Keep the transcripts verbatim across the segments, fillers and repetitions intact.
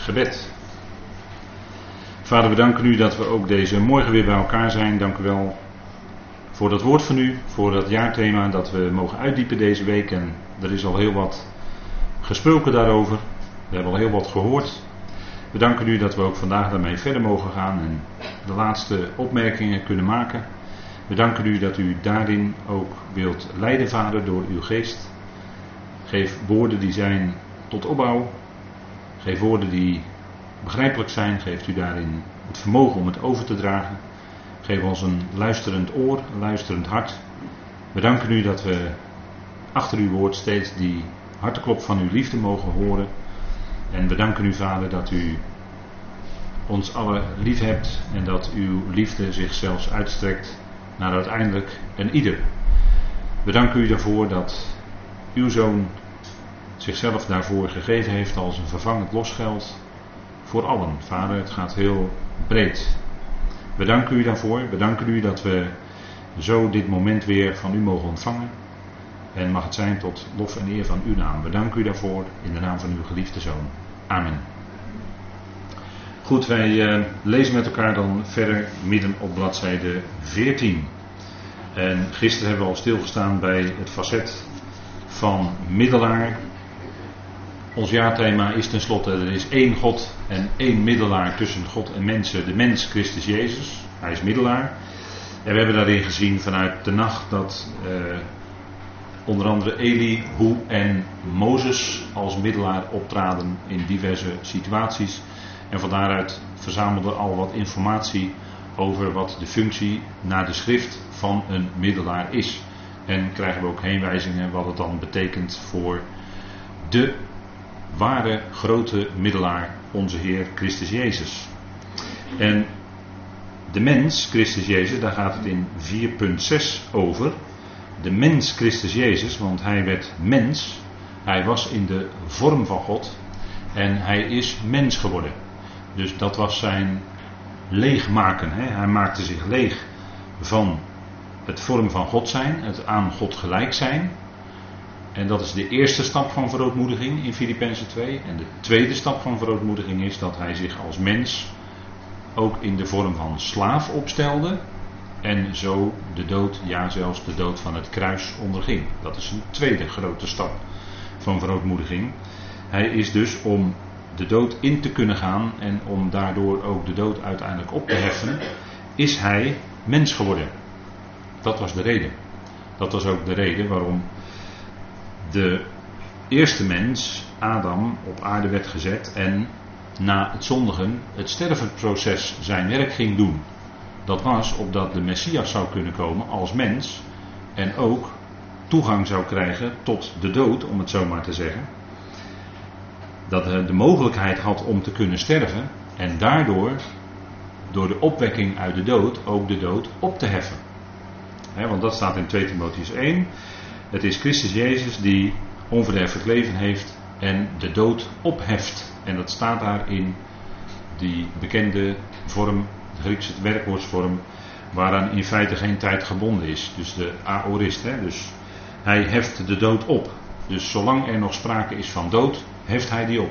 gebed. Vader, we danken u dat we ook deze morgen weer bij elkaar zijn. Dank u wel voor dat woord van u, voor dat jaarthema dat we mogen uitdiepen deze week. En er is al heel wat gesproken daarover. We hebben al heel wat gehoord. We danken u dat we ook vandaag daarmee verder mogen gaan en de laatste opmerkingen kunnen maken. We danken u dat u daarin ook wilt leiden, Vader, door uw geest. Geef woorden die zijn tot opbouw. Geef woorden die begrijpelijk zijn. Geeft u daarin het vermogen om het over te dragen. Geef ons een luisterend oor, een luisterend hart. We danken u dat we achter uw woord steeds die harteklop van uw liefde mogen horen. En we danken u, Vader, dat u ons allen lief hebt en dat uw liefde zich zelfs uitstrekt naar uiteindelijk een ieder. We danken u daarvoor dat uw Zoon zichzelf daarvoor gegeven heeft als een vervangend losgeld voor allen. Vader, het gaat heel breed. We danken u daarvoor. We danken u dat we zo dit moment weer van u mogen ontvangen. En mag het zijn tot lof en eer van uw naam. We danken u daarvoor in de naam van uw geliefde Zoon. Amen. Goed, wij uh, lezen met elkaar dan verder midden op bladzijde veertien. En gisteren hebben we al stilgestaan bij het facet van middelaar. Ons jaarthema is tenslotte, er is één God en één middelaar tussen God en mensen. De mens Christus Jezus, hij is middelaar. En we hebben daarin gezien vanuit de nacht dat uh, onder andere Eli, Hoe en Mozes als middelaar optraden in diverse situaties. En van daaruit verzamelde al wat informatie over wat de functie naar de schrift van een middelaar is. En krijgen we ook heenwijzingen wat het dan betekent voor de ware grote middelaar, onze Heer Christus Jezus. En de mens Christus Jezus, daar gaat het in vier punt zes over. De mens Christus Jezus, want hij werd mens. Hij was in de vorm van God en hij is mens geworden. Dus dat was zijn leegmaken. Hè? Hij maakte zich leeg van het vorm van God zijn, het aan God gelijk zijn. En dat is de eerste stap van verootmoediging in Filippenzen twee. En de tweede stap van verootmoediging is dat hij zich als mens ook in de vorm van slaaf opstelde. En zo de dood, ja zelfs de dood van het kruis onderging. Dat is een tweede grote stap van verootmoediging. Hij is dus om de dood in te kunnen gaan en om daardoor ook de dood uiteindelijk op te heffen, is hij mens geworden. Dat was de reden. Dat was ook de reden waarom de eerste mens, Adam, op aarde werd gezet en na het zondigen het sterfproces zijn werk ging doen. Dat was opdat de Messias zou kunnen komen als mens en ook toegang zou krijgen tot de dood, om het zo maar te zeggen. Dat hij de mogelijkheid had om te kunnen sterven en daardoor, door de opwekking uit de dood, ook de dood op te heffen. He, want dat staat in twee Timotheüs één. Het is Christus Jezus die onverderfelijk leven heeft en de dood opheft. En dat staat daar in die bekende vorm, de Griekse werkwoordsvorm, waaraan in feite geen tijd gebonden is. Dus de aorist. He, dus hij heft de dood op. Dus zolang er nog sprake is van dood, heft hij die op.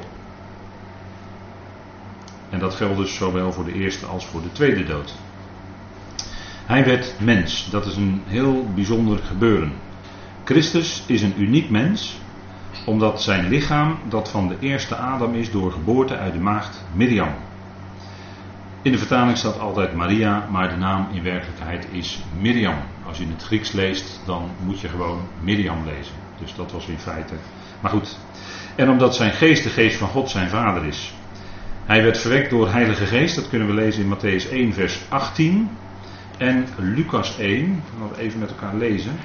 En dat geldt dus zowel voor de eerste als voor de tweede dood. Hij werd mens. Dat is een heel bijzonder gebeuren. Christus is een uniek mens, omdat zijn lichaam dat van de eerste Adam is door geboorte uit de maagd Miriam. In de vertaling staat altijd Maria, maar de naam in werkelijkheid is Miriam. Als je in het Grieks leest, dan moet je gewoon Miriam lezen. Dus dat was in feite. Maar goed. En omdat zijn geest de geest van God zijn vader is. Hij werd verwekt door Heilige Geest. Dat kunnen we lezen in Matthäus één vers achttien. En Lucas één. Laten we even met elkaar lezen.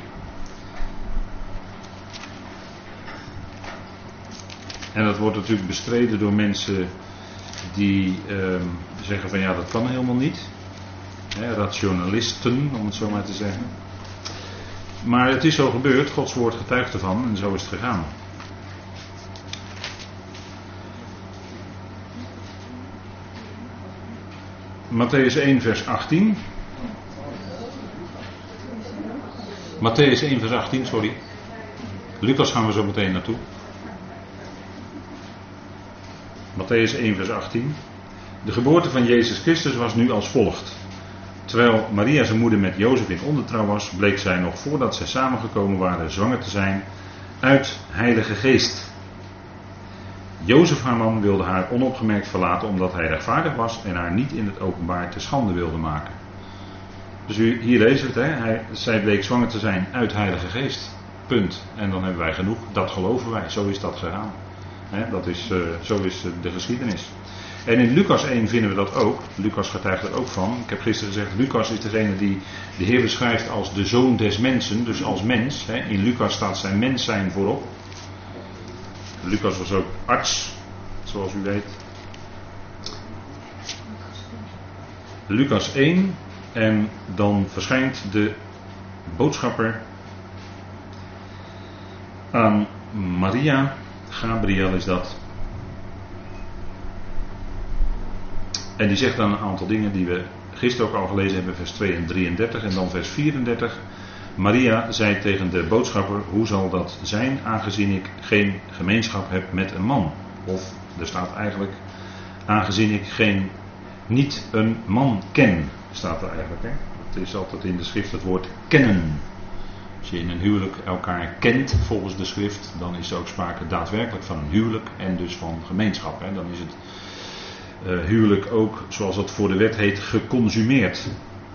En dat wordt natuurlijk bestreden door mensen die uh, zeggen van ja, dat kan helemaal niet. He, rationalisten, om het zo maar te zeggen. Maar het is zo gebeurd, Gods woord getuigt ervan en zo is het gegaan. Matthäus één vers achttien. Matthäus één vers achttien, sorry. Lucas gaan we zo meteen naartoe. Mattheüs één vers achttien. De geboorte van Jezus Christus was nu als volgt. Terwijl Maria zijn moeder met Jozef in ondertrouw was, bleek zij nog voordat zij samengekomen waren zwanger te zijn uit Heilige Geest. Jozef haar man wilde haar onopgemerkt verlaten omdat hij rechtvaardig was en haar niet in het openbaar te schande wilde maken. Dus hier lezen we het, hè? Hij, zij bleek zwanger te zijn uit Heilige Geest. Punt. En dan hebben wij genoeg. Dat geloven wij. Zo is dat gegaan. Hè? Dat is, uh, zo is de geschiedenis. En in Lucas één vinden we dat ook. Lucas getuigt er ook van. Ik heb gisteren gezegd, Lucas is degene die de Heer beschrijft als de zoon des mensen. Dus als mens. Hè? In Lucas staat zijn mens zijn voorop. Lucas was ook arts, zoals u weet. Lucas één. En dan verschijnt de boodschapper aan Maria. Gabriel is dat. En die zegt dan een aantal dingen die we gisteren ook al gelezen hebben, vers twee en drieëndertig en dan vers vierendertig. Maria zei tegen de boodschapper, hoe zal dat zijn aangezien ik geen gemeenschap heb met een man? Of er staat eigenlijk, aangezien ik geen, niet een man ken, staat er eigenlijk. Hè? Het is altijd in de schrift het woord kennen. Als je in een huwelijk elkaar kent volgens de schrift, dan is er ook sprake daadwerkelijk van een huwelijk en dus van gemeenschap. Hè? Dan is het uh, huwelijk ook, zoals het voor de wet heet, geconsumeerd.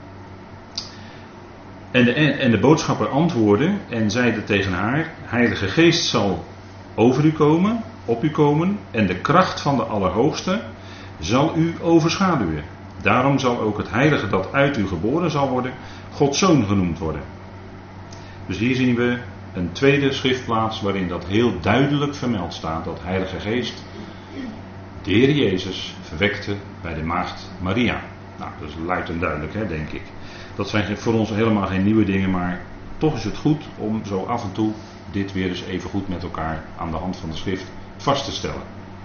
En de, en de boodschapper antwoordde en zeide tegen haar, Heilige Geest zal over u komen, op u komen, en de kracht van de Allerhoogste zal u overschaduwen. Daarom zal ook het heilige dat uit u geboren zal worden, Gods Zoon genoemd worden. Dus hier zien we een tweede schriftplaats waarin dat heel duidelijk vermeld staat, dat Heilige Geest de Heer Jezus verwekte bij de maagd Maria. Nou, dat is luid en duidelijk, hè, denk ik. Dat zijn voor ons helemaal geen nieuwe dingen, maar toch is het goed om zo af en toe dit weer eens even goed met elkaar aan de hand van de schrift vast te stellen.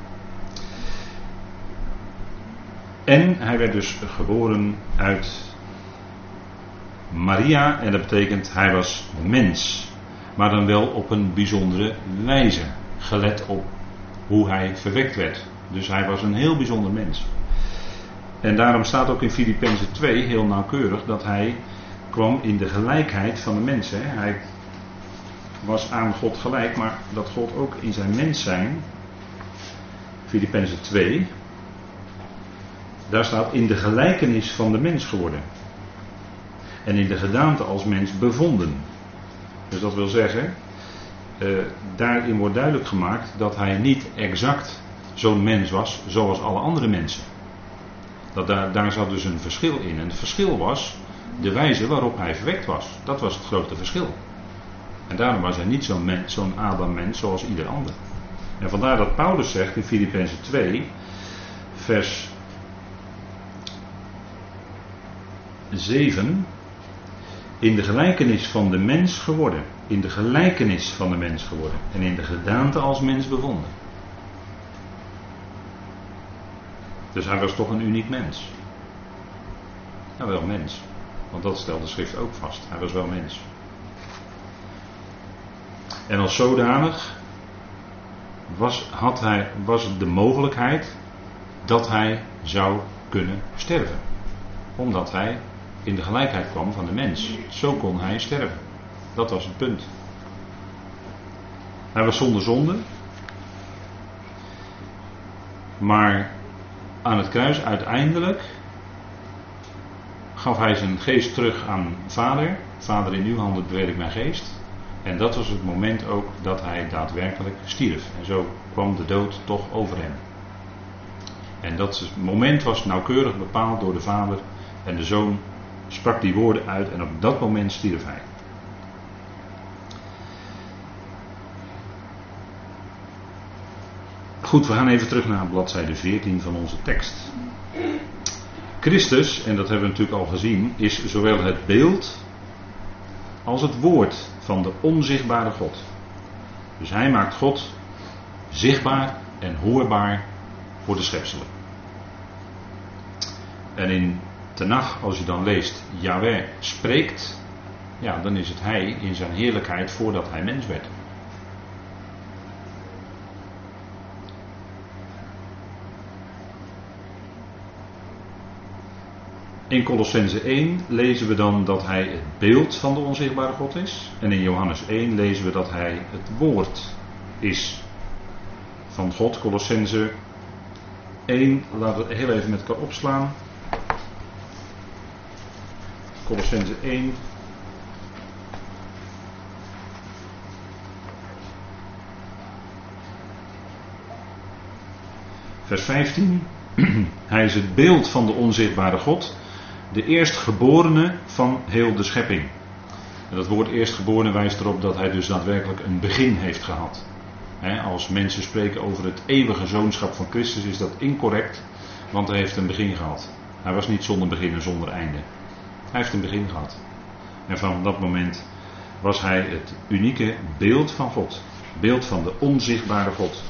En hij werd dus geboren uit Maria en dat betekent hij was mens, maar dan wel op een bijzondere wijze, gelet op hoe hij verwekt werd. Dus hij was een heel bijzonder mens. En daarom staat ook in Filippenzen twee heel nauwkeurig dat hij kwam in de gelijkheid van de mensen. Hij was aan God gelijk, maar dat God ook in zijn mens zijn, Filippenzen twee, daar staat in de gelijkenis van de mens geworden. En in de gedaante als mens bevonden. Dus dat wil zeggen, uh, daarin wordt duidelijk gemaakt dat hij niet exact zo'n mens was zoals alle andere mensen. Dat daar, daar zat dus een verschil in. En het verschil was de wijze waarop hij verwekt was. Dat was het grote verschil. En daarom was hij niet zo'n, mens, zo'n Adam-mens zoals ieder ander. En vandaar dat Paulus zegt in Filippenzen twee, vers zeven, in de gelijkenis van de mens geworden. In de gelijkenis van de mens geworden. En in de gedaante als mens bevonden. Dus hij was toch een uniek mens. Ja, wel mens. Want dat stelt de schrift ook vast. Hij was wel mens. En als zodanig was, had hij, was het de mogelijkheid dat hij zou kunnen sterven. Omdat hij in de gelijkheid kwam van de mens. Zo kon hij sterven. Dat was het punt. Hij was zonder zonde. Maar aan het kruis uiteindelijk gaf hij zijn geest terug aan Vader. Vader, in uw handen bewerk mijn geest. En dat was het moment ook dat hij daadwerkelijk stierf. En zo kwam de dood toch over hem. En dat moment was nauwkeurig bepaald door de Vader. En de Zoon sprak die woorden uit en op dat moment stierf hij. Goed, we gaan even terug naar bladzijde veertien van onze tekst. Christus, en dat hebben we natuurlijk al gezien, is zowel het beeld als het woord van de onzichtbare God. Dus hij maakt God zichtbaar en hoorbaar voor de schepselen. En in Tenach, als je dan leest, Yahweh spreekt, ja, dan is het hij in zijn heerlijkheid voordat hij mens werd. In Colossense één lezen we dan dat hij het beeld van de onzichtbare God is. En in Johannes één lezen we dat hij het woord is van God. Colossense één, laten we het heel even met elkaar opslaan. Colossense één. Vers vijftien. Hij is het beeld van de onzichtbare God, de eerstgeborene van heel de schepping. En dat woord eerstgeborene wijst erop dat hij dus daadwerkelijk een begin heeft gehad. He, als mensen spreken over het eeuwige zoonschap van Christus is dat incorrect, want hij heeft een begin gehad. Hij was niet zonder begin en zonder einde. Hij heeft een begin gehad. En van dat moment was hij het unieke beeld van God. Beeld van de onzichtbare God.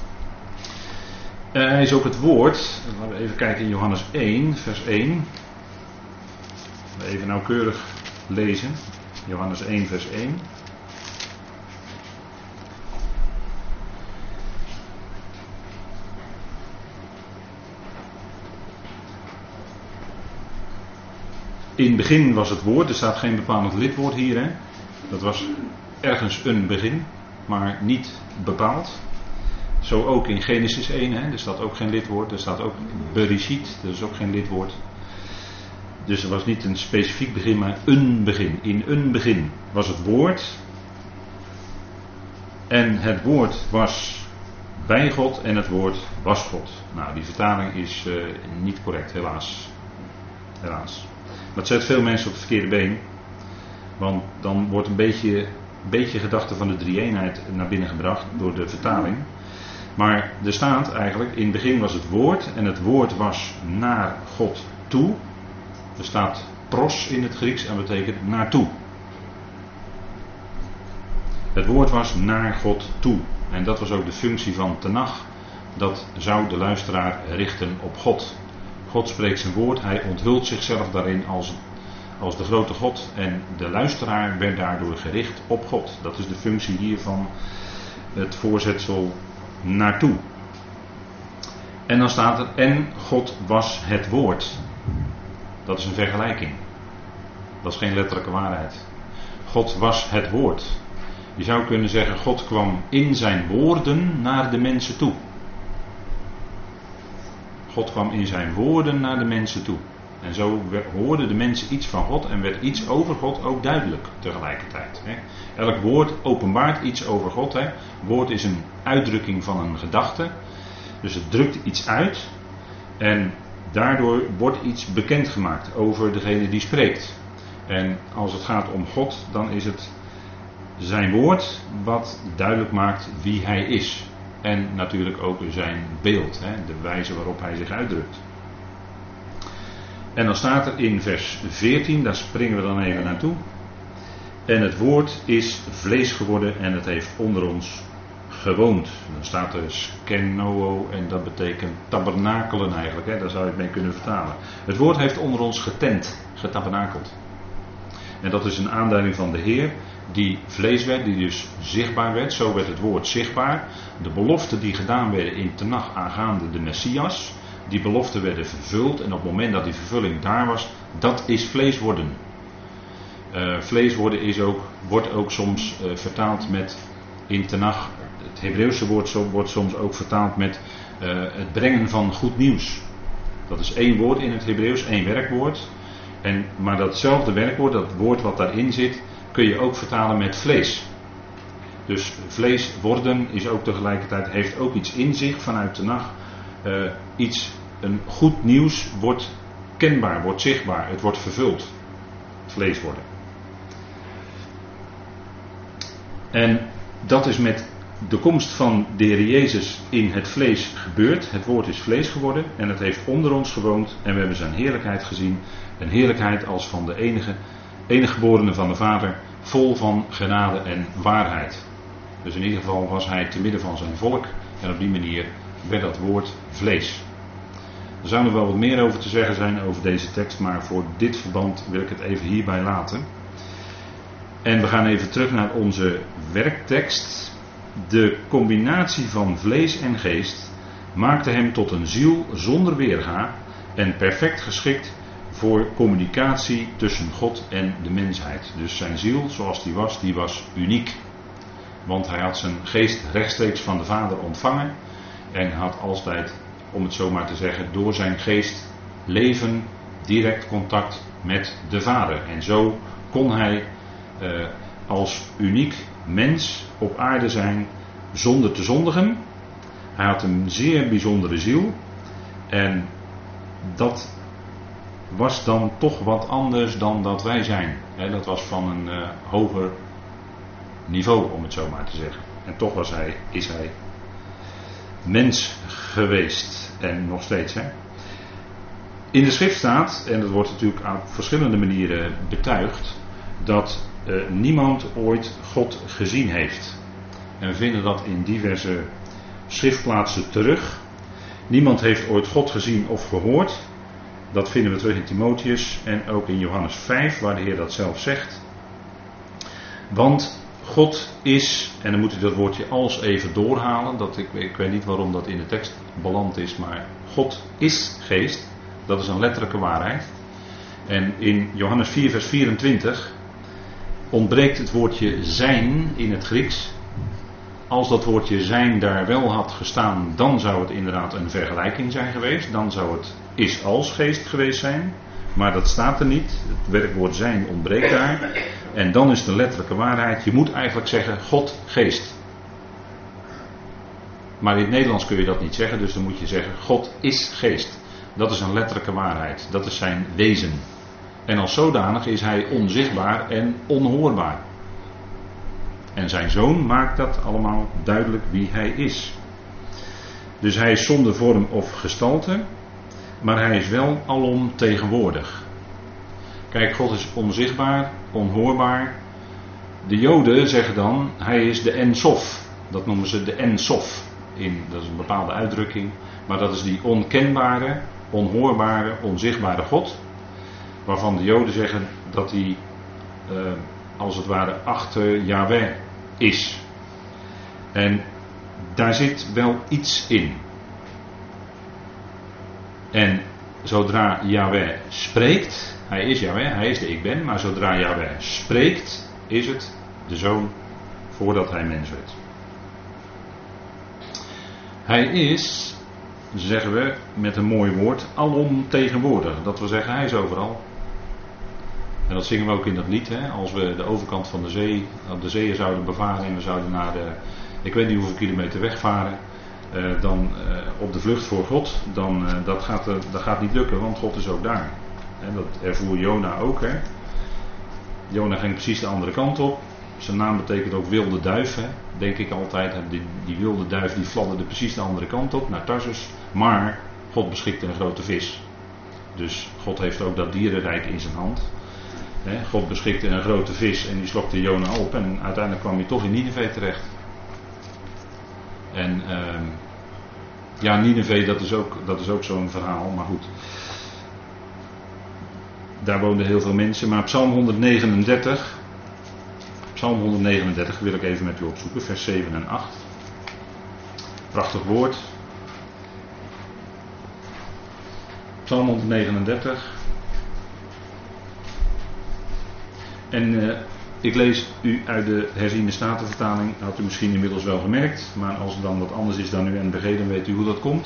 Uh, hij is ook het woord. Laten we even kijken in Johannes één, vers één. Even nauwkeurig lezen. Johannes één, vers één. In het begin was het woord. Er staat geen bepalend lidwoord hier. Hè? Dat was ergens een begin, maar niet bepaald. Zo ook in Genesis één, hè, er staat ook geen lidwoord, er staat ook Bereshit, dat is ook geen lidwoord. Dus er was niet een specifiek begin, maar een begin. In een begin was het woord. En het woord was bij God en het woord was God. Nou, die vertaling is uh, niet correct, helaas. Helaas. Dat zet veel mensen op het verkeerde been. Want dan wordt een beetje, een beetje gedachte van de drie-eenheid naar binnen gebracht door de vertaling. Maar er staat eigenlijk, in het begin was het woord en het woord was naar God toe. Er staat pros in het Grieks en betekent naartoe. Het woord was naar God toe. En dat was ook de functie van Tenach. Dat zou de luisteraar richten op God. God spreekt zijn woord, hij onthult zichzelf daarin als, als de grote God. En de luisteraar werd daardoor gericht op God. Dat is de functie hier van het voorzetsel naartoe. En dan staat er, en God was het woord. Dat is een vergelijking. Dat is geen letterlijke waarheid. God was het woord. Je zou kunnen zeggen, God kwam in zijn woorden naar de mensen toe. God kwam in zijn woorden naar de mensen toe. En zo hoorden de mensen iets van God en werd iets over God ook duidelijk tegelijkertijd. Hè. Elk woord openbaart iets over God. Hè. Woord is een uitdrukking van een gedachte. Dus het drukt iets uit. En daardoor wordt iets bekendgemaakt over degene die spreekt. En als het gaat om God, dan is het zijn woord wat duidelijk maakt wie hij is. En natuurlijk ook zijn beeld, hè, de wijze waarop hij zich uitdrukt. En dan staat er in vers veertien, daar springen we dan even naartoe. En het woord is vlees geworden en het heeft onder ons gewoond. Dan staat er skenoo en dat betekent tabernakelen eigenlijk, hè, daar zou je het mee kunnen vertalen. Het woord heeft onder ons getent, getabernakeld. En dat is een aanduiding van de Heer die vlees werd, die dus zichtbaar werd. Zo werd het woord zichtbaar. De beloften die gedaan werden in Tenach aangaande de Messias, die beloften werden vervuld en op het moment dat die vervulling daar was, dat is vlees worden. Uh, vlees worden is ook, wordt ook soms uh, vertaald met in Tenach, het Hebreeuwse woord wordt soms ook vertaald met uh, het brengen van goed nieuws. Dat is één woord in het Hebreeuws, één werkwoord. En, maar datzelfde werkwoord, dat woord wat daarin zit, kun je ook vertalen met vlees. Dus vlees worden is ook tegelijkertijd, heeft ook iets in zich vanuit de nacht. Uh, iets, een goed nieuws wordt kenbaar, wordt zichtbaar, het wordt vervuld. Het vlees worden. En dat is met de komst van de Heer Jezus in het vlees gebeurd. Het woord is vlees geworden en het heeft onder ons gewoond en we hebben zijn heerlijkheid gezien. Een heerlijkheid als van de enige, enige geborene van de Vader, vol van genade en waarheid. Dus in ieder geval was hij te midden van zijn volk en op die manier werd dat woord vlees. Er zou nog wel wat meer over te zeggen zijn over deze tekst, maar voor dit verband wil ik het even hierbij laten. En we gaan even terug naar onze werktekst. De combinatie van vlees en geest maakte hem tot een ziel zonder weerga en perfect geschikt voor communicatie tussen God en de mensheid. Dus zijn ziel, zoals die was, die was uniek. Want hij had zijn geest rechtstreeks van de Vader ontvangen. En had altijd, om het zo maar te zeggen, door zijn geest leven, direct contact met de Vader. En zo kon hij uh, als uniek mens op aarde zijn zonder te zondigen. Hij had een zeer bijzondere ziel. En dat was dan toch wat anders dan dat wij zijn. He, dat was van een uh, hoger niveau, om het zo maar te zeggen. En toch was hij, is hij mens geweest. En nog steeds. He. In de schrift staat, en dat wordt natuurlijk op verschillende manieren betuigd, dat uh, niemand ooit God gezien heeft. En we vinden dat in diverse schriftplaatsen terug. Niemand heeft ooit God gezien of gehoord. Dat vinden we terug in Timotheus en ook in Johannes vijf, waar de Heer dat zelf zegt. Want God is, en dan moet u dat woordje als even doorhalen. Dat ik, ik weet niet waarom dat in de tekst beland is, maar God is geest. Dat is een letterlijke waarheid. En in Johannes vier vers vierentwintig ontbreekt het woordje zijn in het Grieks. Als dat woordje zijn daar wel had gestaan, dan zou het inderdaad een vergelijking zijn geweest. Dan zou het is als geest geweest zijn. Maar dat staat er niet. Het werkwoord zijn ontbreekt daar. En dan is de letterlijke waarheid. Je moet eigenlijk zeggen God geest. Maar in het Nederlands kun je dat niet zeggen. Dus dan moet je zeggen God is geest. Dat is een letterlijke waarheid. Dat is zijn wezen. En als zodanig is hij onzichtbaar en onhoorbaar. En zijn zoon maakt dat allemaal duidelijk wie hij is. Dus hij is zonder vorm of gestalte. Maar hij is wel alom tegenwoordig. Kijk, God is onzichtbaar, onhoorbaar. De Joden zeggen dan, hij is de En-Sof. Dat noemen ze de En-Sof. In, dat is een bepaalde uitdrukking. Maar dat is die onkenbare, onhoorbare, onzichtbare God. Waarvan de Joden zeggen dat hij, uh, als het ware, achter Yahweh is. En daar zit wel iets in. En zodra Yahweh spreekt, hij is Yahweh, hij is de ik ben, maar zodra Yahweh spreekt, is het de Zoon voordat hij mens werd. Hij is, zeggen we met een mooi woord, alomtegenwoordig. Dat wil zeggen, hij is overal. En dat zingen we ook in dat lied, hè? Als we de overkant van de zee, op de zeeën zouden bevaren en we zouden naar de, ik weet niet hoeveel kilometer wegvaren. Uh, dan uh, op de vlucht voor God, dan uh, dat gaat, uh, dat gaat niet lukken, want God is ook daar. En dat ervoer Jona ook. Hè. Jona ging precies de andere kant op. Zijn naam betekent ook wilde duif. Hè. Denk ik altijd, die, die wilde duif die fladderde precies de andere kant op, naar Tarsus. Maar God beschikte een grote vis. Dus God heeft ook dat dierenrijk in zijn hand. Hè. God beschikte een grote vis en die slokte Jona op. En uiteindelijk kwam hij toch in Nineve terecht. En uh, ja, Nineve, dat is ook, dat is ook zo'n verhaal, maar goed. Daar woonden heel veel mensen. Maar Psalm honderdnegenendertig, Psalm honderdnegenendertig wil ik even met u opzoeken, vers zeven en acht. Prachtig woord. Psalm honderdnegenendertig. En uh, ik lees u uit de herziende statenvertaling, had u misschien inmiddels wel gemerkt, maar als het dan wat anders is dan uw N B G, dan weet u hoe dat komt.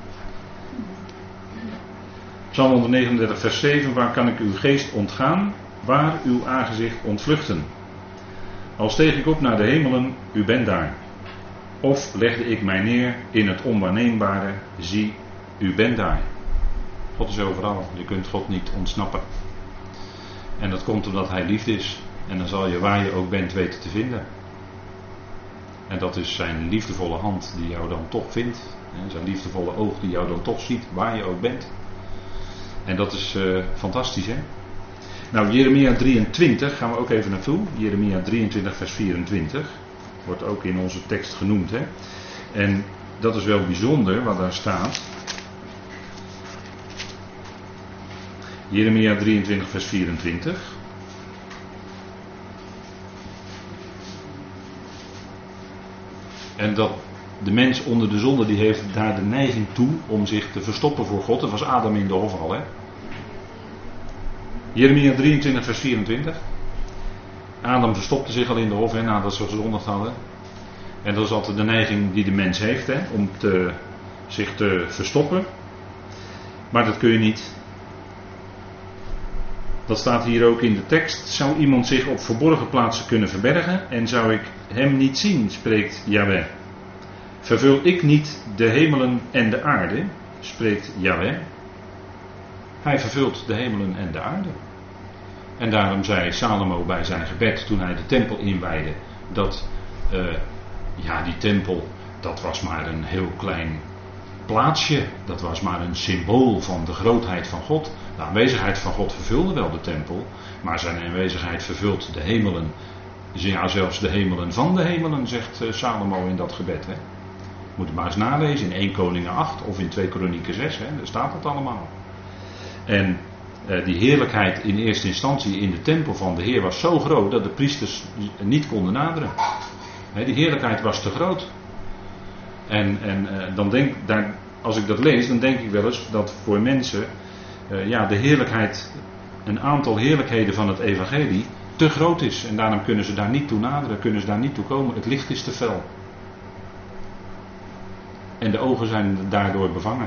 Psalm honderdnegenendertig vers zeven, waar kan ik uw geest ontgaan, waar uw aangezicht ontvluchten? Al steeg ik op naar de hemelen, u bent daar. Of legde ik mij neer in het onwaarneembare, zie, u bent daar. God is overal, je kunt God niet ontsnappen. En dat komt omdat hij liefde is. En dan zal je waar je ook bent weten te vinden. En dat is zijn liefdevolle hand die jou dan toch vindt. Zijn liefdevolle oog die jou dan toch ziet waar je ook bent. En dat is uh, fantastisch, hè. Nou, Jeremia drieëntwintig gaan we ook even naartoe. Jeremia drieëntwintig vers vierentwintig. Wordt ook in onze tekst genoemd, hè. En dat is wel bijzonder wat daar staat. Jeremia drieëntwintig vers vierentwintig. En dat de mens onder de zonde, die heeft daar de neiging toe om zich te verstoppen voor God. Dat was Adam in de hof al, hè. Jeremia drieëntwintig vers vierentwintig. Adam verstopte zich al in de hof hè, nadat ze gezondigd hadden. En dat is altijd de neiging die de mens heeft, hè, om te, zich te verstoppen. Maar dat kun je niet. Dat staat hier ook in de tekst. Zou iemand zich op verborgen plaatsen kunnen verbergen en zou ik hem niet zien, spreekt Yahweh. Vervul ik niet de hemelen en de aarde, spreekt Yahweh. Hij vervult de hemelen en de aarde. En daarom zei Salomo bij zijn gebed toen hij de tempel inwijdde, dat uh, ja, die tempel, dat was maar een heel klein plaatsje. Dat was maar een symbool van de grootheid van God. De aanwezigheid van God vervulde wel de tempel, maar zijn aanwezigheid vervult de hemelen. Ja, zelfs de hemelen van de hemelen, zegt uh, Salomo in dat gebed. Hè. Moet het maar eens nalezen in Eerste Koningen acht of in Tweede Kronieken zes, hè. Daar staat het allemaal. En uh, die heerlijkheid in eerste instantie in de tempel van de Heer was zo groot dat de priesters niet konden naderen. Hè, die heerlijkheid was te groot. En, en uh, dan denk daar, als ik dat lees, dan denk ik wel eens dat voor mensen uh, ja, de heerlijkheid, een aantal heerlijkheden van het evangelie te groot is. En daarom kunnen ze daar niet toe naderen, kunnen ze daar niet toe komen. Het licht is te fel. En de ogen zijn daardoor bevangen.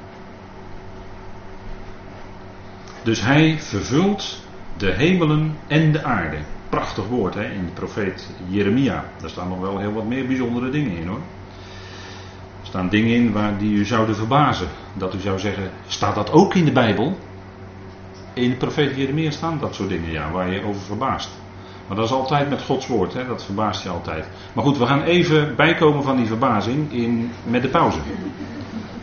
Dus hij vervult de hemelen en de aarde. Prachtig woord hè, in de profeet Jeremia. Daar staan nog wel heel wat meer bijzondere dingen in hoor. Er staan dingen in waar die u zouden verbazen. Dat u zou zeggen, staat dat ook in de Bijbel? In de profeet Jeremia staan dat soort dingen, ja, waar je over verbaast. Maar dat is altijd met Gods woord, hè, dat verbaast je altijd. Maar goed, we gaan even bijkomen van die verbazing in, met de pauze.